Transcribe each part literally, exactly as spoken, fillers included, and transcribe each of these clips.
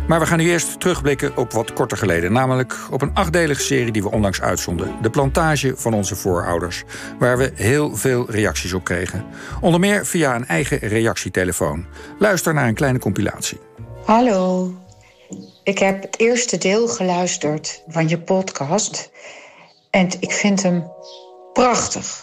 Maar we gaan nu eerst terugblikken op wat korter geleden. Namelijk op een achtdelige serie die we onlangs uitzonden. De plantage van onze voorouders. Waar we heel veel reacties op kregen. Onder meer via een eigen reactietelefoon. Luister naar een kleine compilatie. Hallo. Ik heb het eerste deel geluisterd van je podcast. En ik vind hem prachtig.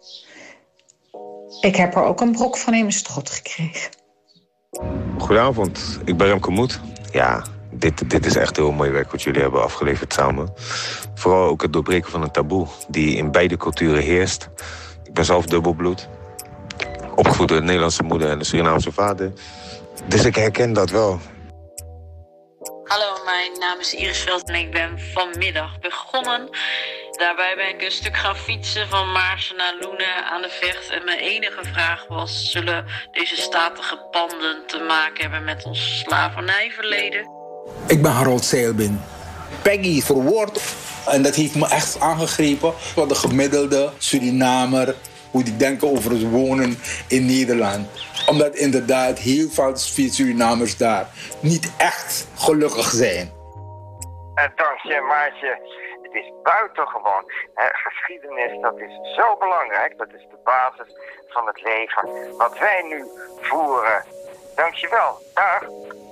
Ik heb er ook een brok van in mijn strot gekregen. Goedenavond, ik ben Remco Moed. Ja, dit, dit is echt heel mooi werk wat jullie hebben afgeleverd samen. Vooral ook het doorbreken van een taboe die in beide culturen heerst. Ik ben zelf dubbelbloed. Opgevoed door een Nederlandse moeder en een Surinaamse vader. Dus ik herken dat wel. Hallo, mijn naam is Iris Veld en ik ben vanmiddag begonnen. Daarbij ben ik een stuk gaan fietsen van Maarsen naar Loenen aan de Vecht. En mijn enige vraag was, zullen deze statige panden te maken hebben met ons slavernijverleden? Ik ben Harold Seilbin. Peggy verwoord. En dat heeft me echt aangegrepen. Wat de gemiddelde Surinamer, hoe die denken over het wonen in Nederland. Omdat inderdaad heel veel Surinamers daar niet echt gelukkig zijn. En dank je, Maartje. Het is buitengewoon. He, geschiedenis, dat is zo belangrijk. Dat is de basis van het leven wat wij nu voeren. Dank je wel. Dag.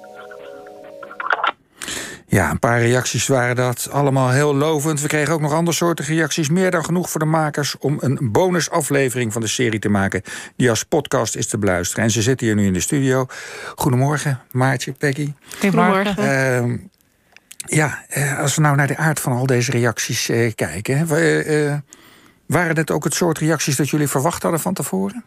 Ja, een paar reacties waren dat. Allemaal heel lovend. We kregen ook nog andere soorten reacties. Meer dan genoeg voor de makers om een bonusaflevering van de serie te maken die als podcast is te beluisteren. En ze zitten hier nu in de studio. Goedemorgen, Maartje, Peggy. Goedemorgen. Uh, ja, uh, als we nou naar de aard van al deze reacties uh, kijken. Uh, uh, waren het ook het soort reacties dat jullie verwacht hadden van tevoren?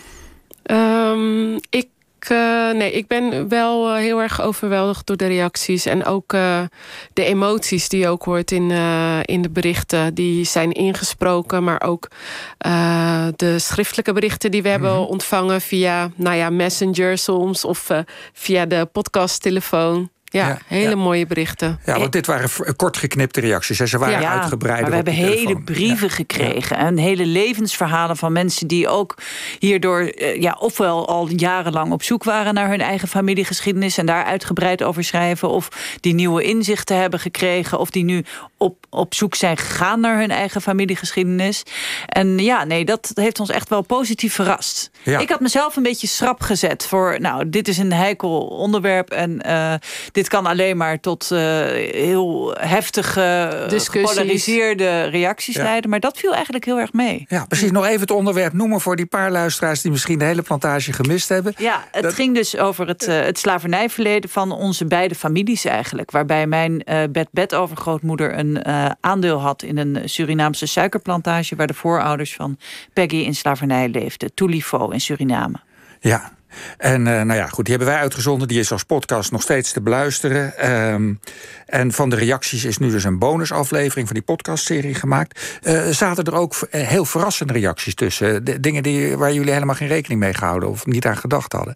Um, ik Uh, nee, ik ben wel uh, heel erg overweldigd door de reacties. En ook uh, de emoties die je ook hoort in, uh, in de berichten. Die zijn ingesproken, maar ook uh, de schriftelijke berichten die we mm-hmm. hebben ontvangen via nou ja, Messenger soms of uh, via de podcasttelefoon. Ja, ja, hele ja. mooie berichten. Ja, want dit waren kort geknipte reacties. Ze waren ja, uitgebreid. Maar we hebben hele brieven ja. gekregen. En hele levensverhalen van mensen die ook hierdoor ja, ofwel al jarenlang op zoek waren naar hun eigen familiegeschiedenis en daar uitgebreid over schrijven, of die nieuwe inzichten hebben gekregen, of die nu op, op zoek zijn gegaan naar hun eigen familiegeschiedenis. En ja, nee, dat heeft ons echt wel positief verrast. Ja. Ik had mezelf een beetje schrap gezet voor, nou, dit is een heikel onderwerp en uh, dit kan alleen maar tot uh, heel heftige, gepolariseerde reacties ja. leiden. Maar dat viel eigenlijk heel erg mee. Ja, precies. Nog even het onderwerp noemen voor die paar luisteraars die misschien de hele plantage gemist hebben. Ja, het dat... ging dus over het, uh, het slavernijverleden van onze beide families eigenlijk. Waarbij mijn uh, bed-bed-overgrootmoeder een uh, aandeel had in een Surinaamse suikerplantage waar de voorouders van Peggy in slavernij leefden. Tulifo in Suriname. Ja. En uh, nou ja, goed, die hebben wij uitgezonden. Die is als podcast nog steeds te beluisteren. Um, en van de reacties is nu dus een bonusaflevering van die podcastserie gemaakt. Uh, zaten er ook uh, heel verrassende reacties tussen? De dingen die, waar jullie helemaal geen rekening mee gehouden of niet aan gedacht hadden?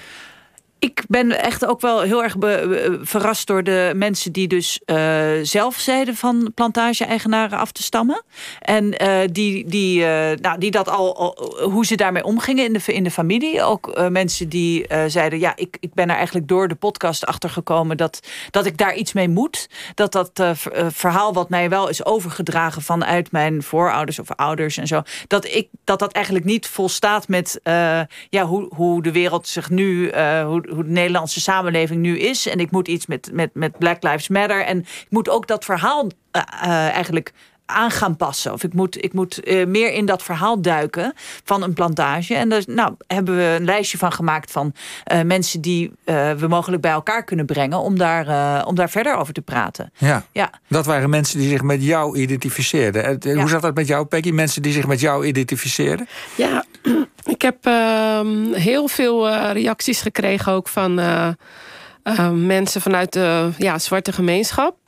Ik ben echt ook wel heel erg be- be- verrast door de mensen die dus uh, zelf zeiden van plantage-eigenaren af te stammen. En uh, die, die, uh, nou, die dat al, al, hoe ze daarmee omgingen in de, in de familie. Ook uh, mensen die uh, zeiden, ja, ik, ik ben er eigenlijk door de podcast achtergekomen dat, dat ik daar iets mee moet. Dat dat uh, verhaal wat mij wel is overgedragen vanuit mijn voorouders of ouders en zo, dat ik, dat, dat eigenlijk niet volstaat met uh, ja, hoe, hoe de wereld zich nu, uh, hoe, hoe de Nederlandse samenleving nu is. En ik moet iets met, met, met Black Lives Matter. En ik moet ook dat verhaal uh, uh, eigenlijk aan gaan passen. Of ik moet, ik moet uh, meer in dat verhaal duiken van een plantage. En daar nou, hebben we een lijstje van gemaakt van uh, mensen die uh, we mogelijk bij elkaar kunnen brengen om daar, uh, om daar verder over te praten. Ja, ja, dat waren mensen die zich met jou identificeerden. Ja. Hoe zat dat met jou, Peggy? Mensen die zich met jou identificeerden? Ja, ik heb uh, heel veel uh, reacties gekregen ook van uh, uh, mensen vanuit de ja, zwarte gemeenschap.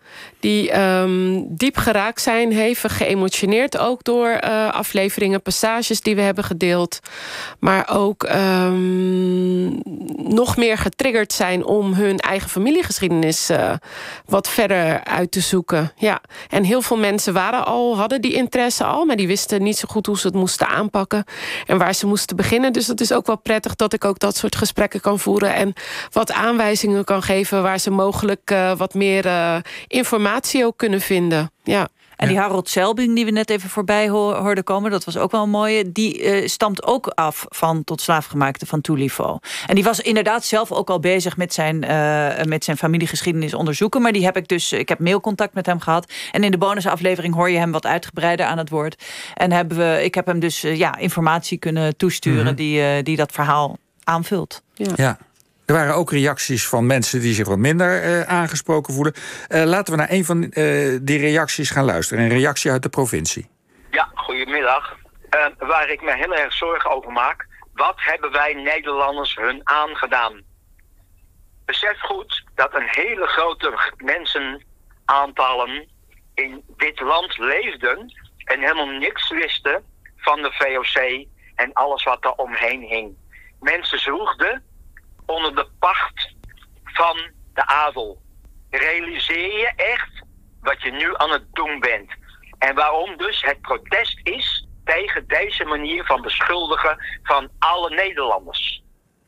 die um, diep geraakt zijn, hevig geëmotioneerd ook door uh, afleveringen, passages die we hebben gedeeld. Maar ook um, nog meer getriggerd zijn om hun eigen familiegeschiedenis uh, wat verder uit te zoeken. Ja. En heel veel mensen waren al, hadden die interesse al, maar die wisten niet zo goed hoe ze het moesten aanpakken en waar ze moesten beginnen. Dus het is ook wel prettig dat ik ook dat soort gesprekken kan voeren en wat aanwijzingen kan geven waar ze mogelijk uh, wat meer uh, informatie ook kunnen vinden. Ja. En die Harold Selbing, die we net even voorbij hoorden komen, dat was ook wel een mooie. Die uh, stamt ook af van Tot slaafgemaakte van Toelifo. En die was inderdaad zelf ook al bezig met zijn, uh, met zijn familiegeschiedenis onderzoeken. Maar die heb ik dus, ik heb mailcontact met hem gehad. En in de bonusaflevering hoor je hem wat uitgebreider aan het woord. En hebben we, ik heb hem dus uh, ja, informatie kunnen toesturen mm-hmm. die, uh, die dat verhaal aanvult. Ja. ja. Er waren ook reacties van mensen die zich wat minder uh, aangesproken voelen. Uh, laten we naar een van uh, die reacties gaan luisteren. Een reactie uit de provincie. Ja, goedemiddag. Uh, waar ik me heel erg zorgen over maak. Wat hebben wij Nederlanders hun aangedaan? Besef goed dat een hele grote mensenaantallen in dit land leefden en helemaal niks wisten van de V O C en alles wat er omheen hing. Mensen zwoegden onder de pacht van de adel. Realiseer je echt wat je nu aan het doen bent. En waarom dus het protest is tegen deze manier van beschuldigen van alle Nederlanders.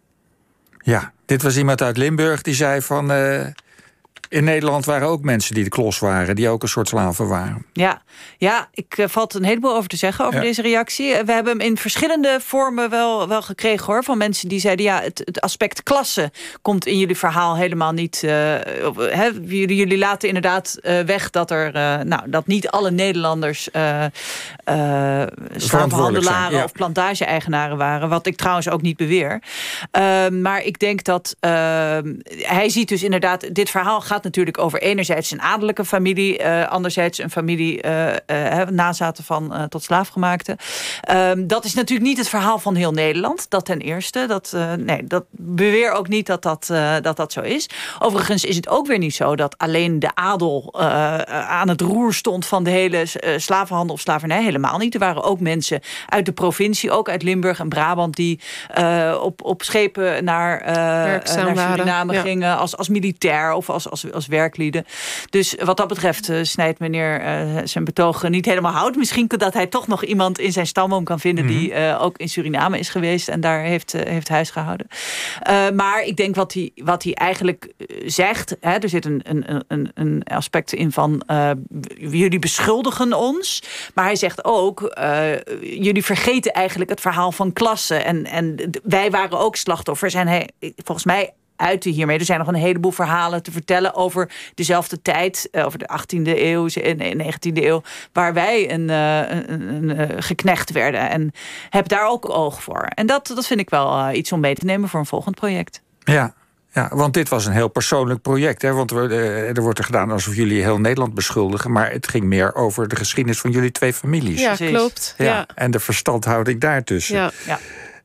Ja, dit was iemand uit Limburg die zei van Uh... in Nederland waren ook mensen die de klos waren, die ook een soort slaven waren. Ja, ja ik uh, valt een heleboel over te zeggen over ja. deze reactie. We hebben hem in verschillende vormen wel, wel gekregen hoor. Van mensen die zeiden, ja, het, het aspect klasse komt in jullie verhaal helemaal niet. Uh, he, jullie, jullie laten inderdaad uh, weg dat er uh, nou, dat niet alle Nederlanders uh, uh, slavenhandelaren ja. of plantage-eigenaren waren. Wat ik trouwens ook niet beweer. Uh, maar ik denk dat uh, hij ziet dus inderdaad, dit verhaal gaat natuurlijk over enerzijds een adellijke familie, uh, anderzijds een familie uh, uh, nazaten van uh, tot slaafgemaakte. Uh, dat is natuurlijk niet het verhaal van heel Nederland. Dat ten eerste. Dat, uh, nee, dat beweer ook niet dat dat, uh, dat dat zo is. Overigens is het ook weer niet zo dat alleen de adel uh, aan het roer stond van de hele uh, slavenhandel of slavernij. Helemaal niet. Er waren ook mensen uit de provincie, ook uit Limburg en Brabant, die uh, op, op schepen naar, uh, naar Suriname ja. gingen als, als militair of als, als, als werklieden. Dus wat dat betreft uh, snijdt meneer uh, zijn betoog niet helemaal hout. Misschien dat hij toch nog iemand in zijn stamboom kan vinden mm-hmm. die uh, ook in Suriname is geweest en daar heeft, uh, heeft huis gehouden. Uh, maar ik denk wat hij, wat hij eigenlijk zegt, hè, er zit een, een, een, een aspect in van uh, jullie beschuldigen ons, maar hij zegt ook uh, jullie vergeten eigenlijk het verhaal van klasse en, en wij waren ook slachtoffers en hij, volgens mij uiten hiermee. Er zijn nog een heleboel verhalen te vertellen over dezelfde tijd, over de achttiende eeuw en negentiende eeuw, waar wij een, een, een, een geknecht werden. En heb daar ook oog voor. En dat, dat vind ik wel uh, iets om mee te nemen voor een volgend project. Ja. Ja, want dit was een heel persoonlijk project. Hè? Want er wordt er gedaan alsof jullie heel Nederland beschuldigen, maar het ging meer over de geschiedenis van jullie twee families. Ja, klopt. Ja. Ja. En de verstandhouding daartussen. Ja. Ja.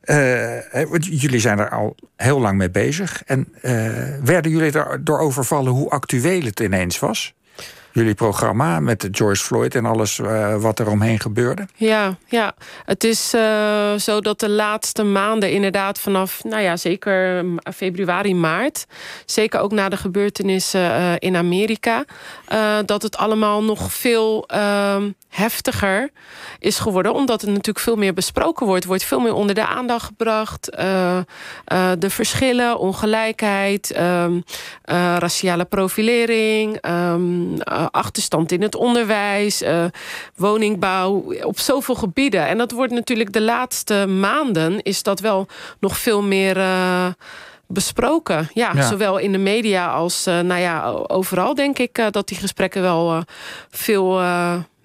Uh, jullie zijn er al heel lang mee bezig. En uh, werden jullie er door overvallen hoe actueel het ineens was? Jullie programma met George Floyd en alles uh, wat er omheen gebeurde? Ja, ja. Het is uh, zo dat de laatste maanden inderdaad vanaf, nou ja, zeker februari, maart, zeker ook na de gebeurtenissen uh, in Amerika, uh, dat het allemaal nog veel uh, heftiger is geworden, omdat het natuurlijk veel meer besproken wordt. wordt veel meer onder de aandacht gebracht. Uh, uh, de verschillen, ongelijkheid, um, uh, raciale profilering, um, uh, achterstand in het onderwijs, uh, woningbouw, op zoveel gebieden. En dat wordt natuurlijk de laatste maanden is dat wel nog veel meer Uh, besproken. Ja, ja, zowel in de media als uh, nou ja, overal denk ik uh, dat die gesprekken wel uh, veel Uh,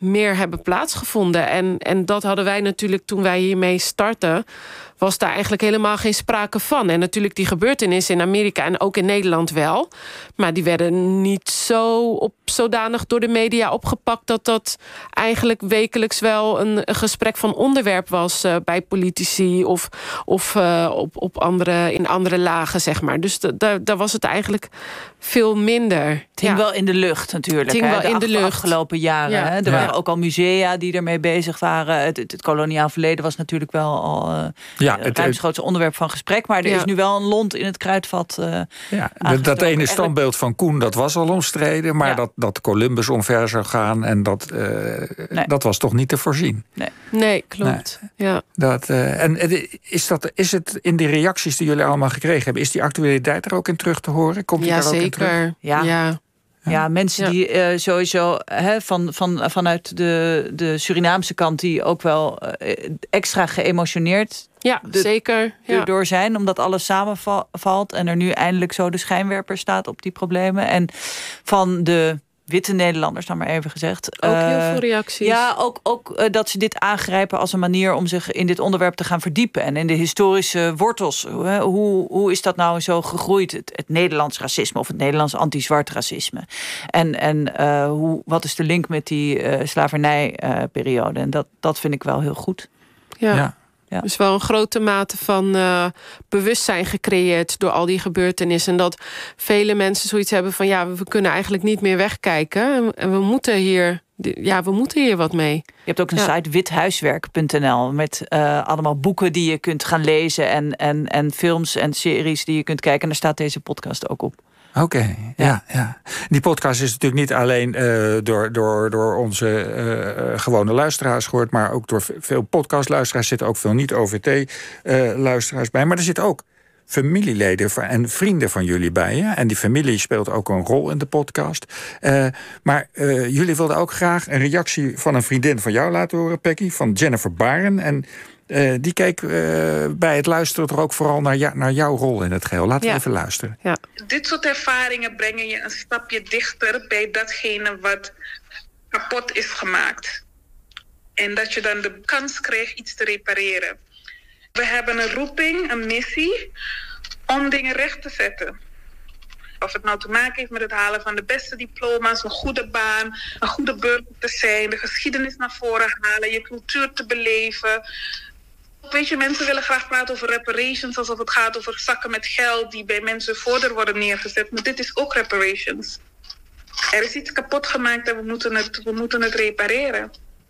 meer hebben plaatsgevonden. En, en dat hadden wij natuurlijk toen wij hiermee startten, was daar eigenlijk helemaal geen sprake van. En natuurlijk die gebeurtenissen in Amerika en ook in Nederland wel. Maar die werden niet zo op zodanig door de media opgepakt dat dat eigenlijk wekelijks wel een, een gesprek van onderwerp was uh, bij politici of, of uh, op, op andere, in andere lagen, zeg maar. Dus daar was het eigenlijk veel minder. Het hing ja. wel in de lucht natuurlijk. Het hing hè? wel de in de lucht. afgelopen jaren. Ja. Hè? Er Ja. waren ook al musea die ermee bezig waren. Het, het, het koloniaal verleden was natuurlijk wel al uh, ja, het ruimschoots onderwerp van gesprek. Maar er ja. is nu wel een lont in het kruidvat. Uh, ja, dat, dat ene standbeeld van Koen, dat was al omstreden. Maar ja. dat, dat Columbus omver zou gaan, en dat, uh, nee. dat was toch niet te voorzien. Nee, nee klopt. Nee. Ja. Dat, uh, en is, dat, is het in de reacties die jullie allemaal gekregen hebben, is die actualiteit er ook in terug te horen? Komt die ja, daar ook zeker. in terug? Ja. ja. Ja, mensen ja. die uh, sowieso hè, van, van, vanuit de, de Surinaamse kant die ook wel uh, extra geëmotioneerd ja, de, zeker. Ja. door zijn, omdat alles samenvalt en er nu eindelijk zo de schijnwerper staat op die problemen. En van de witte Nederlanders, dan maar even gezegd. Ook uh, heel veel reacties. Ja, ook, ook uh, dat ze dit aangrijpen als een manier om zich in dit onderwerp te gaan verdiepen. En in de historische wortels. Hoe, hoe, hoe is dat nou zo gegroeid? Het, het Nederlands racisme of het Nederlands anti-zwart racisme. En, en uh, hoe, wat is de link met die uh, slavernijperiode? Uh, en dat, dat vind ik wel heel goed. Ja. ja. Ja. Dus wel een grote mate van uh, bewustzijn gecreëerd door al die gebeurtenissen. En dat vele mensen zoiets hebben van ja, we kunnen eigenlijk niet meer wegkijken. En, en we moeten hier, ja, we moeten hier wat mee. Je hebt ook een ja. site withuiswerk punt n l met uh, allemaal boeken die je kunt gaan lezen en, en, en films en series die je kunt kijken. En daar staat deze podcast ook op. Oké, okay, ja. ja, ja. Die podcast is natuurlijk niet alleen uh, door, door, door onze uh, gewone luisteraars gehoord, maar ook door veel podcastluisteraars. Er zitten ook veel niet-O V T-luisteraars uh, bij. Maar er zitten ook familieleden en vrienden van jullie bij. Hè? En die familie speelt ook een rol in de podcast. Uh, maar uh, jullie wilden ook graag een reactie van een vriendin van jou laten horen, Peggy, van Jennifer Baren. En Uh, die keek uh, bij het luisteren er ook vooral naar, ja, naar jouw rol in het geheel. Laten ja. we even luisteren. Ja. Dit soort ervaringen brengen je een stapje dichter bij datgene wat kapot is gemaakt. En dat je dan de kans krijgt iets te repareren. We hebben een roeping, een missie, om dingen recht te zetten. Of het nou te maken heeft met het halen van de beste diploma's, een goede baan, een goede burger te zijn, de geschiedenis naar voren halen, je cultuur te beleven. Weet je, mensen willen graag praten over reparations alsof het gaat over zakken met geld die bij mensen voorder worden neergezet. Maar dit is ook reparations. Er is iets kapot gemaakt en we moeten het, we moeten het repareren.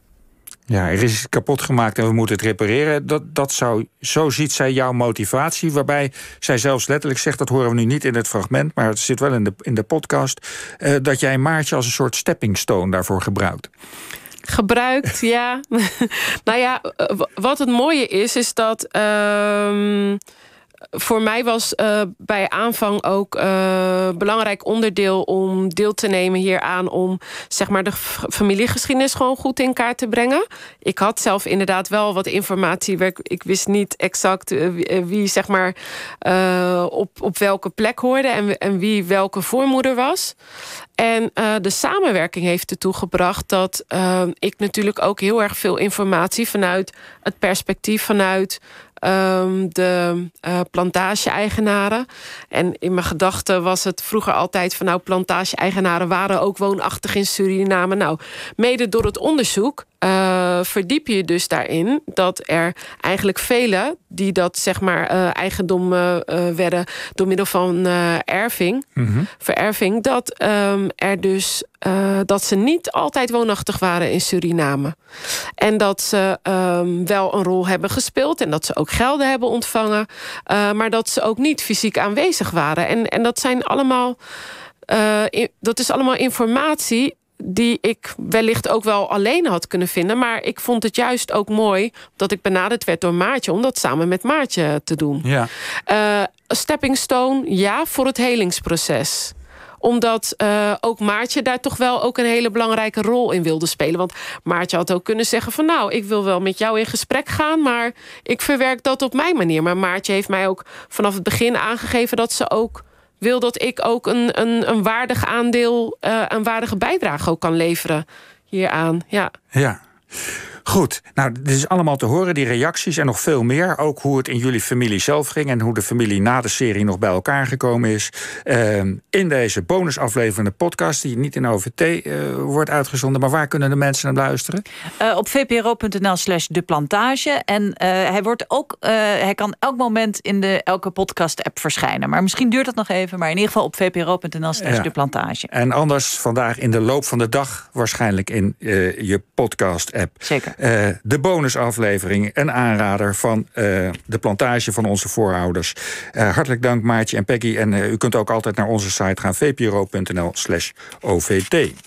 Ja, er is iets kapot gemaakt en we moeten het repareren. Dat, dat zou, zo ziet zij jouw motivatie. Waarbij zij zelfs letterlijk zegt, dat horen we nu niet in het fragment, maar het zit wel in de, in de podcast, uh, dat jij Maartje als een soort stepping stone daarvoor gebruikt. Gebruikt, ja. Nou ja, wat het mooie is, is dat Uh, voor mij was uh, bij aanvang ook uh, belangrijk onderdeel om deel te nemen hieraan, om zeg maar de f- familiegeschiedenis gewoon goed in kaart te brengen. Ik had zelf inderdaad wel wat informatie. Ik, ik wist niet exact uh, wie, wie zeg maar uh, op, op welke plek hoorde en, en wie welke voormoeder was. En uh, de samenwerking heeft ertoe gebracht dat uh, ik natuurlijk ook heel erg veel informatie vanuit het perspectief vanuit Um, de uh, plantage-eigenaren. En in mijn gedachten was het vroeger altijd van nou, plantage-eigenaren waren ook woonachtig in Suriname. Nou, mede door het onderzoek uh, verdiep je dus daarin dat er eigenlijk velen die dat zeg maar uh, eigendom uh, werden door middel van uh, erving, mm-hmm. vererving, dat um, er dus Uh, dat ze niet altijd woonachtig waren in Suriname. En dat ze um, wel een rol hebben gespeeld en dat ze ook gelden hebben ontvangen, uh, maar dat ze ook niet fysiek aanwezig waren. En, en dat zijn allemaal, uh, in, dat is allemaal informatie die ik wellicht ook wel alleen had kunnen vinden. Maar ik vond het juist ook mooi dat ik benaderd werd door Maartje om dat samen met Maartje te doen. Ja. Uh, stepping stone, ja, voor het helingsproces. Omdat uh, ook Maartje daar toch wel ook een hele belangrijke rol in wilde spelen. Want Maartje had ook kunnen zeggen van nou, ik wil wel met jou in gesprek gaan, maar ik verwerk dat op mijn manier. Maar Maartje heeft mij ook vanaf het begin aangegeven dat ze ook wil dat ik ook een, een, een waardig aandeel, uh, een waardige bijdrage ook kan leveren. hieraan. Ja. Ja. Goed, nou, dit is allemaal te horen, die reacties en nog veel meer. Ook hoe het in jullie familie zelf ging en hoe de familie na de serie nog bij elkaar gekomen is. Uh, in deze bonusaflevering de podcast, die niet in O V T uh, wordt uitgezonden. Maar waar kunnen de mensen naar luisteren? Uh, op vpro.nl slash de plantage. En uh, hij wordt ook, uh, hij kan elk moment in de elke podcast-app verschijnen. Maar misschien duurt dat nog even, maar in ieder geval op vpro.nl slash de plantage. En anders vandaag in de loop van de dag waarschijnlijk in uh, je podcast-app. Zeker. Uh, de bonusaflevering, een aanrader van uh, de plantage van onze voorouders. Uh, hartelijk dank Maartje en Peggy. En uh, u kunt ook altijd naar onze site gaan, vpro.nl slash OVT.